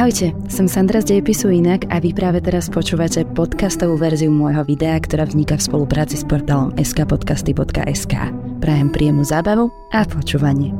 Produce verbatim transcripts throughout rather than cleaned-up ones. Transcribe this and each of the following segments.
Ahojte, som Sandra z Dejepisu Inak a vy práve teraz počúvate podcastovú verziu môjho videa, ktorá vzniká v spolupráci s portálom es ká podcasty bodka es ká. Prajem príjemnú zábavu a počúvanie.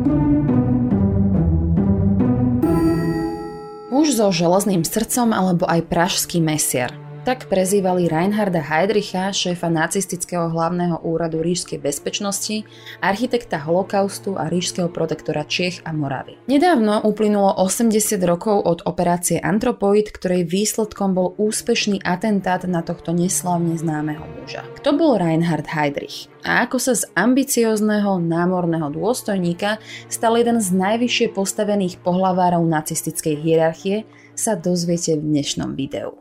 Muž so železným srdcom alebo aj pražský mesiar. Tak prezývali Reinharda Heydricha, šéfa nacistického hlavného úradu ríšskej bezpečnosti, architekta holokaustu a ríšskeho protektora Čiech a Moravy. Nedávno uplynulo osemdesiat rokov od operácie Anthropoid, ktorej výsledkom bol úspešný atentát na tohto neslávne známeho muža. Kto bol Reinhard Heydrich? A ako sa z ambiciózneho námorného dôstojníka stal jeden z najvyššie postavených pohlavárov nacistickej hierarchie, sa dozviete v dnešnom videu.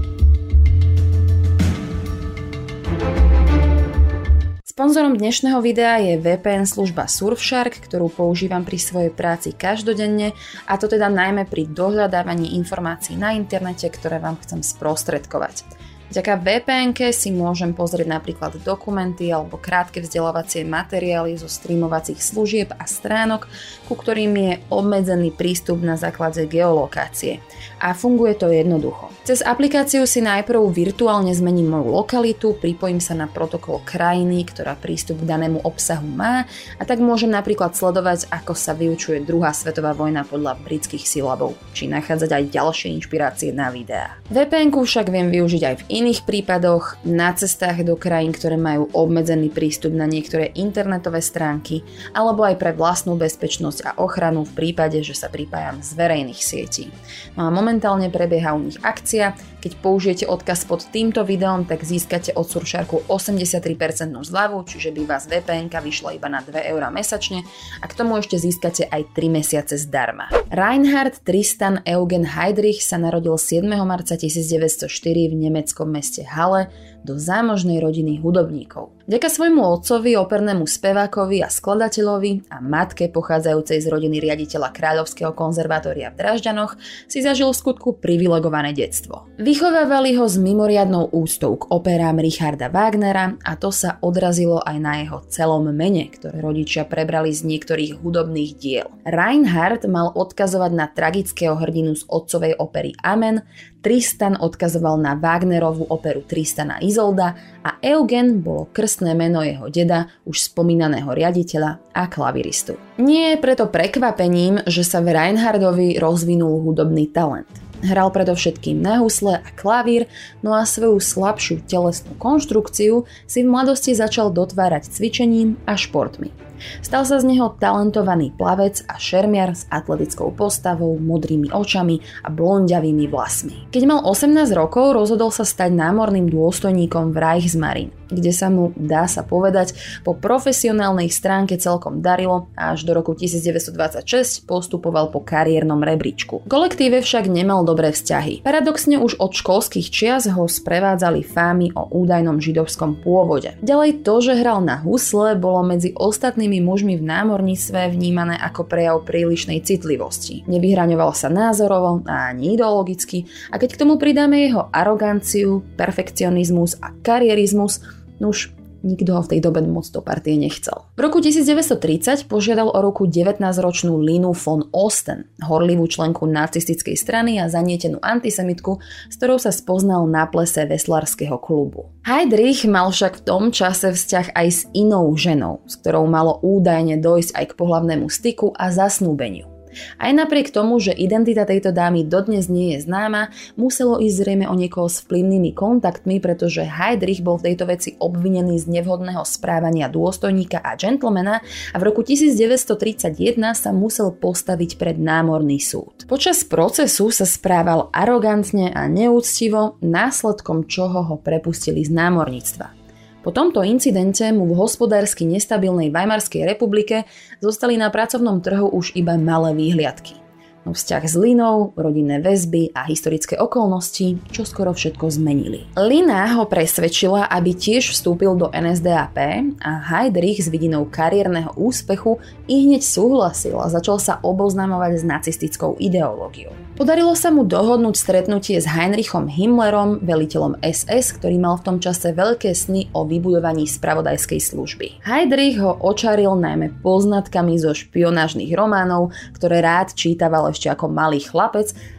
Sponzorom dnešného videa je vé pé en služba Surfshark, ktorú používam pri svojej práci každodenne, a to teda najmä pri dohľadávaní informácií na internete, ktoré vám chcem sprostredkovať. Vďaka vé pé enke si môžem pozrieť napríklad dokumenty alebo krátke vzdelávacie materiály zo streamovacích služieb a stránok, ku ktorým je obmedzený prístup na základe geolokácie. A funguje to jednoducho. Cez aplikáciu si najprv virtuálne zmením moju lokalitu, pripojím sa na protokol krajiny, ktorá prístup k danému obsahu má, a tak môžem napríklad sledovať, ako sa vyučuje druhá svetová vojna podľa britských sílabov, či nachádzať aj ďalšie inšpirácie na videá. vé pé enku však viem využiť aj v iných prípadoch, na cestách do krajín, ktoré majú obmedzený prístup na niektoré internetové stránky, alebo aj pre vlastnú bezpečnosť a ochranu v prípade, že sa pripájam z verejných sietí. No a momentálne prebieha u nich akcia. Keď použijete odkaz pod týmto videom, tak získate od Surfsharku osemdesiattri percent zľavu, čiže by vás vé pé enka vyšla iba na dve eurá mesačne a k tomu ešte získate aj tri mesiace zdarma. Reinhard Tristan Eugen Heydrich sa narodil siedmeho marca tisícdeväťstoštyri v nemeckom meste Halle do zámožnej rodiny hudobníkov. Vďaka svojmu otcovi, opernému spevákovi a skladateľovi, a matke pochádzajúcej z rodiny riaditeľa Kráľovského konzervatória v Drážďanoch si zažil v skutku privilegované detstvo. Vychovávali ho s mimoriadnou úctou k operám Richarda Wagnera a to sa odrazilo aj na jeho celom mene, ktoré rodičia prebrali z niektorých hudobných diel. Reinhard mal odkazovať na tragického hrdinu z otcovej opery Amen, Tristan odkazoval na Wagnerovú operu Tristan a Izolda a Eugen bolo krstné meno jeho deda, už spomínaného riaditeľa a klaviristu. Nie je preto prekvapením, že sa v Reinhardovi rozvinul hudobný talent. Hral predovšetkým na husle a klavír, no a svoju slabšiu telesnú konštrukciu si v mladosti začal dotvárať cvičením a športmi. Stal sa z neho talentovaný plavec a šermiar s atletickou postavou, modrými očami a blondiavými vlasmi. Keď mal osemnásť rokov, rozhodol sa stať námorným dôstojníkom v Reichsmarine, kde sa mu, dá sa povedať, po profesionálnej stránke celkom darilo a až do roku devätnásťstodvadsaťšesť postupoval po kariérnom rebríčku. V kolektíve však nemal dobré vzťahy. Paradoxne už od školských čias ho sprevádzali fámy o údajnom židovskom pôvode. Ďalej to, že hral na husle, bolo medzi ostatnými mužmi v námorníctve vnímané ako prejav prílišnej citlivosti. Nevyhraňoval sa názorovo a ani ideologicky, a keď k tomu pridáme jeho aroganciu, perfekcionizmus a karierizmus, nuž nikto ho v tej dobe moc do partie nechcel. V roku devätnásťstotridsať požiadal o ruku devätnásťročnú Linu von Osten, horlivú členku nacistickej strany a zanietenú antisemitku, s ktorou sa spoznal na plese veslárskeho klubu. Heydrich mal však v tom čase vzťah aj s inou ženou, s ktorou malo údajne dojsť aj k pohlavnému styku a zasnúbeniu. Aj napriek tomu, že identita tejto dámy dodnes nie je známa, muselo ísť zrejme o niekoho s vplyvnými kontaktmi, pretože Heydrich bol v tejto veci obvinený z nevhodného správania dôstojníka a džentlmena a v roku devätnásťstotridsaťjeden sa musel postaviť pred námorný súd. Počas procesu sa správal arogantne a neúctivo, následkom čoho ho prepustili z námorníctva. Po tomto incidente mu v hospodársky nestabilnej Weimarskej republike zostali na pracovnom trhu už iba malé výhliadky. No vzťah s Linou, rodinné väzby a historické okolnosti čoskoro všetko zmenili. Lina ho presvedčila, aby tiež vstúpil do en es dé á pé a Heydrich s vidinou kariérneho úspechu i hneď súhlasil a začal sa oboznamovať s nacistickou ideológiou. Podarilo sa mu dohodnúť stretnutie s Heinrichom Himmlerom, veliteľom es es, ktorý mal v tom čase veľké sny o vybudovaní spravodajskej služby. Heydrich ho očaril najmä poznatkami zo špionážnych románov, ktoré rád čítaval ešte ako malý chlapec,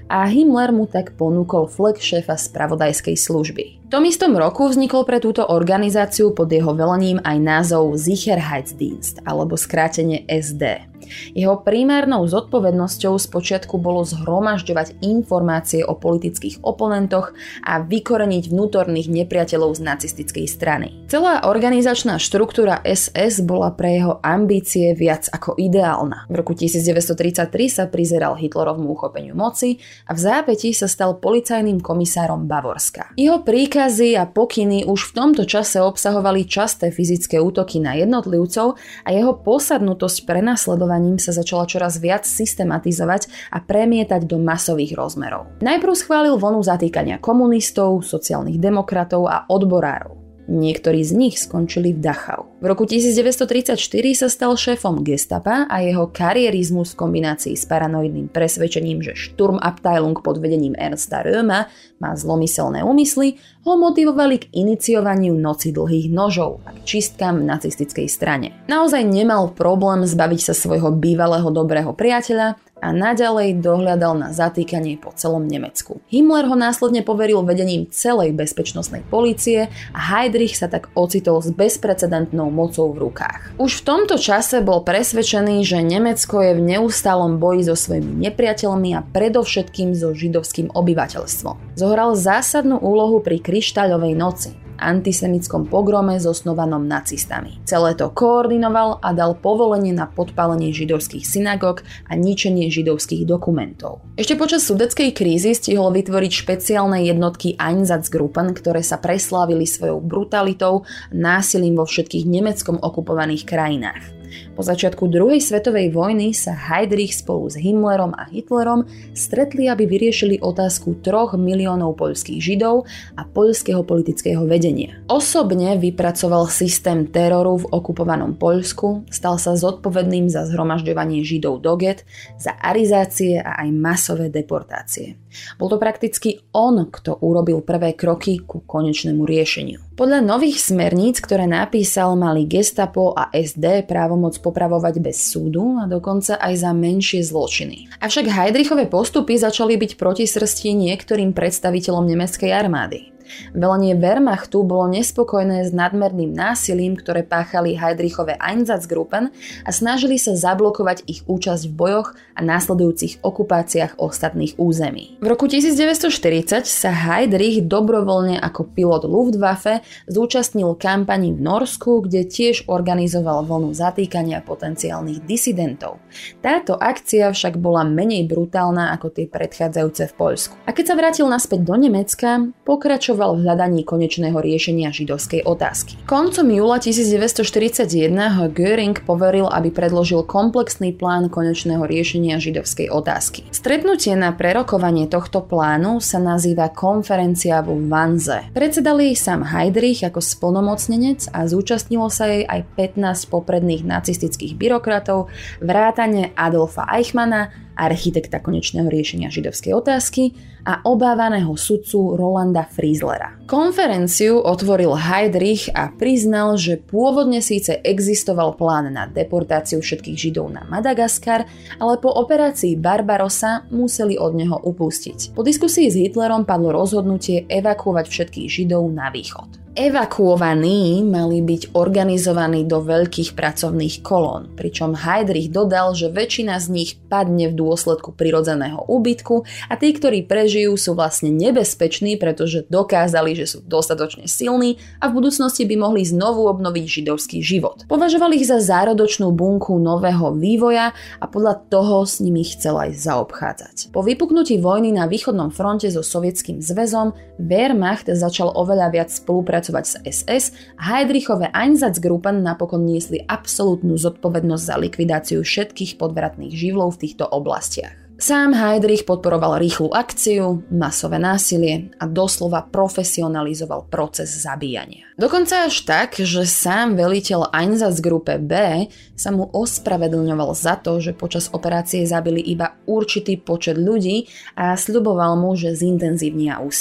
a Himmler mu tak ponúkol flek šéfa spravodajskej služby. V tom istom roku vznikol pre túto organizáciu pod jeho velením aj názov Sicherheitsdienst, alebo skrátene es dé. Jeho primárnou zodpovednosťou spočiatku bolo zhromažďovať informácie o politických oponentoch a vykoreniť vnútorných nepriateľov z nacistickej strany. Celá organizačná štruktúra es es bola pre jeho ambície viac ako ideálna. V roku devätnásťtridsaťtri sa prizeral Hitlerovmu uchopeniu moci a v zápätí sa stal policajným komisárom Bavorska. Jeho príkazy a pokyny už v tomto čase obsahovali časté fyzické útoky na jednotlivcov a jeho posadnutosť prenasledovania sa začala čoraz viac systematizovať a premietať do masových rozmerov. Najprv schválil vlnu zatýkania komunistov, sociálnych demokratov a odborárov. Niektorí z nich skončili v Dachau. V roku devätnásťtridsaťštyri sa stal šéfom gestapa a jeho karierizmus v kombinácii s paranoidným presvedčením, že Sturmabteilung pod vedením Ernsta Röhma má zlomyselné úmysly, ho motivovali k iniciovaniu noci dlhých nožov a k čistkám v nacistickej strane. Naozaj nemal problém zbaviť sa svojho bývalého dobrého priateľa a naďalej dohľadal na zatýkanie po celom Nemecku. Himmler ho následne poveril vedením celej bezpečnostnej polície a Heydrich sa tak ocitol s bezprecedentnou mocou v rukách. Už v tomto čase bol presvedčený, že Nemecko je v neustálom boji so svojimi nepriateľmi a predovšetkým so židovským obyvateľstvom. Zohral zásadnú úlohu pri Kryštáľovej noci, antisemitskom pogrome zosnovanom nacistami. Celé to koordinoval a dal povolenie na podpálenie židovských synagóg a ničenie židovských dokumentov. Ešte počas sudetskej krízy stihol vytvoriť špeciálne jednotky Einsatzgruppen, ktoré sa preslávili svojou brutalitou a násilím vo všetkých nemeckom okupovaných krajinách. Po začiatku druhej svetovej vojny sa Heydrich spolu s Himmlerom a Hitlerom stretli, aby vyriešili otázku troch miliónov poľských židov a poľského politického vedenia. Osobne vypracoval systém teroru v okupovanom Poľsku, stal sa zodpovedným za zhromažďovanie židov do get, za arizácie a aj masové deportácie. Bol to prakticky on, kto urobil prvé kroky ku konečnému riešeniu. Podľa nových smerníc, ktoré napísal, mali gestapo a es dé právomoc popravovať bez súdu a dokonca aj za menšie zločiny. Avšak Heydrichove postupy začali byť proti srsti niektorým predstaviteľom nemeckej armády. Velenie Wehrmachtu bolo nespokojné s nadmerným násilím, ktoré páchali Heydrichove Einsatzgruppen a snažili sa zablokovať ich účasť v bojoch a následujúcich okupáciách ostatných území. V roku devätnásťštyridsať sa Heydrich dobrovoľne ako pilot Luftwaffe zúčastnil kampani v Norsku, kde tiež organizoval vlnu zatýkania potenciálnych disidentov. Táto akcia však bola menej brutálna ako tie predchádzajúce v Poľsku. A keď sa vrátil naspäť do Nemecka, pokračoval v hľadaní konečného riešenia židovskej otázky. Koncom júla devätnásťštyridsaťjeden ho Göring poveril, aby predložil komplexný plán konečného riešenia židovskej otázky. Stretnutie na prerokovanie tohto plánu sa nazýva konferencia vo Wannsee. Predsedal jej sám Heydrich ako splnomocnenec a zúčastnilo sa jej aj pätnásť popredných nacistických byrokratov, vrátane Adolfa Eichmanna, architekta konečného riešenia židovskej otázky a obávaného sudcu Rolanda Frieslera. Konferenciu otvoril Heydrich a priznal, že pôvodne síce existoval plán na deportáciu všetkých Židov na Madagaskar, ale po operácii Barbarossa museli od neho upustiť. Po diskusii s Hitlerom padlo rozhodnutie evakuovať všetkých Židov na východ. Evakuovaní mali byť organizovaní do veľkých pracovných kolón, pričom Heydrich dodal, že väčšina z nich padne v dôsledku prirodzeného úbytku a tí, ktorí prežijú, sú vlastne nebezpeční, pretože dokázali, že sú dostatočne silní a v budúcnosti by mohli znovu obnoviť židovský život. Považovali ich za zárodočnú bunku nového vývoja a podľa toho s nimi chcel aj zaobchádzať. Po vypuknutí vojny na východnom fronte so Sovietským zväzom Wehrmacht začal oveľa viac spolupracovať s es es a Heydrichove Einsatzgruppen napokon niesli absolútnu zodpovednosť za likvidáciu všetkých podvratných živlov v týchto oblastiach. Sám Heydrich podporoval rýchlu akciu, masové násilie a doslova profesionalizoval proces zabíjania. Dokonca až tak, že sám veliteľ Einsatzgruppe B sa mu ospravedlňoval za to, že počas operácie zabili iba určitý počet ľudí a sľuboval mu, že zintenzívnia úsilie.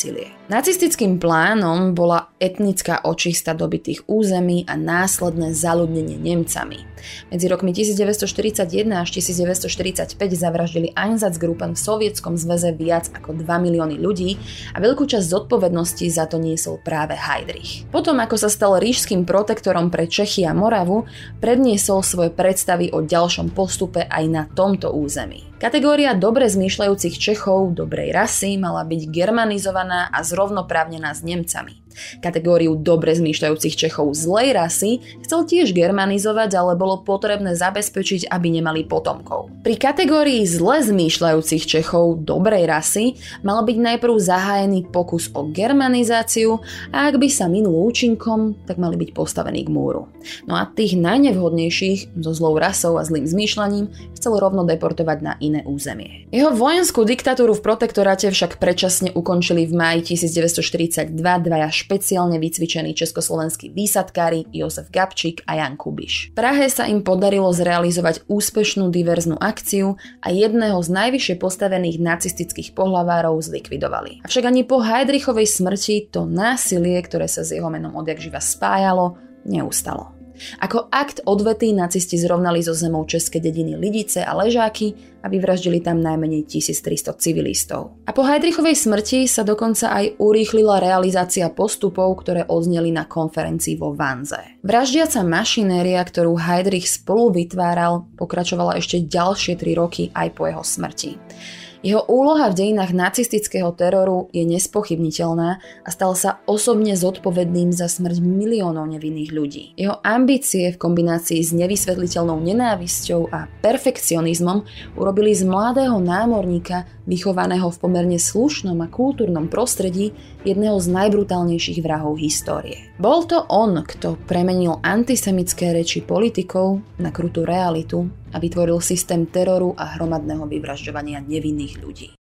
Nacistickým plánom bola etnická očista dobytých území a následné zaľudnenie Nemcami. Medzi rokmi devätnásťstoštyridsaťjeden až devätnásťstoštyridsaťpäť zavraždili Einsatzgruppen v Sovietskom zväze viac ako dva milióny ľudí a veľkú časť zodpovednosti za to niesol práve Heydrich. Potom, ako sa stal ríšským protektorom pre Čechy a Moravu, predniesol svoje predstavy o ďalšom postupe aj na tomto území. Kategória dobre zmýšľajúcich Čechov dobrej rasy mala byť germanizovaná a zrovnoprávnená s Nemcami. Kategóriu dobre zmýšľajúcich Čechov zlej rasy chcel tiež germanizovať, ale bolo potrebné zabezpečiť, aby nemali potomkov. Pri kategórii zle zmýšľajúcich Čechov dobrej rasy mal byť najprv zahájený pokus o germanizáciu a ak by sa minul účinkom, tak mali byť postavení k múru. No a tých najnevhodnejších so zlou rasou a zlým zmýšľaním chcel rovno deportovať na iné územie. Jeho vojenskú diktatúru v protektoráte však predčasne ukončili v máji devätnásťstoštyridsaťdva dvaja špeciálne vycvičení československí výsadkári Jozef Gabčík a Jan Kubiš. V Prahe sa im podarilo zrealizovať úspešnú diverznú akciu a jedného z najvyššie postavených nacistických pohlavárov zlikvidovali. Avšak ani po Heydrichovej smrti to násilie, ktoré sa s jeho menom odjakživa spájalo, neustalo. Ako akt odvety nacisti zrovnali so zemou české dediny Lidice a Ležáky a vyvraždili tam najmenej tisíctristo civilistov. A po Heydrichovej smrti sa dokonca aj urýchlila realizácia postupov, ktoré odzneli na konferencii vo Vanze. Vraždiaca mašinéria, ktorú Heydrich spolu vytváral, pokračovala ešte ďalšie tri roky aj po jeho smrti. Jeho úloha v dejinách nacistického teroru je nespochybniteľná a stal sa osobne zodpovedným za smrť miliónov nevinných ľudí. Jeho ambície v kombinácii s nevysvetliteľnou nenávisťou a perfekcionizmom urobili z mladého námorníka, vychovaného v pomerne slušnom a kultúrnom prostredí, jedného z najbrutálnejších vrahov histórie. Bol to on, kto premenil antisemické reči politikov na krutú realitu a vytvoril systém teroru a hromadného vyvražďovania nevinných ľudí.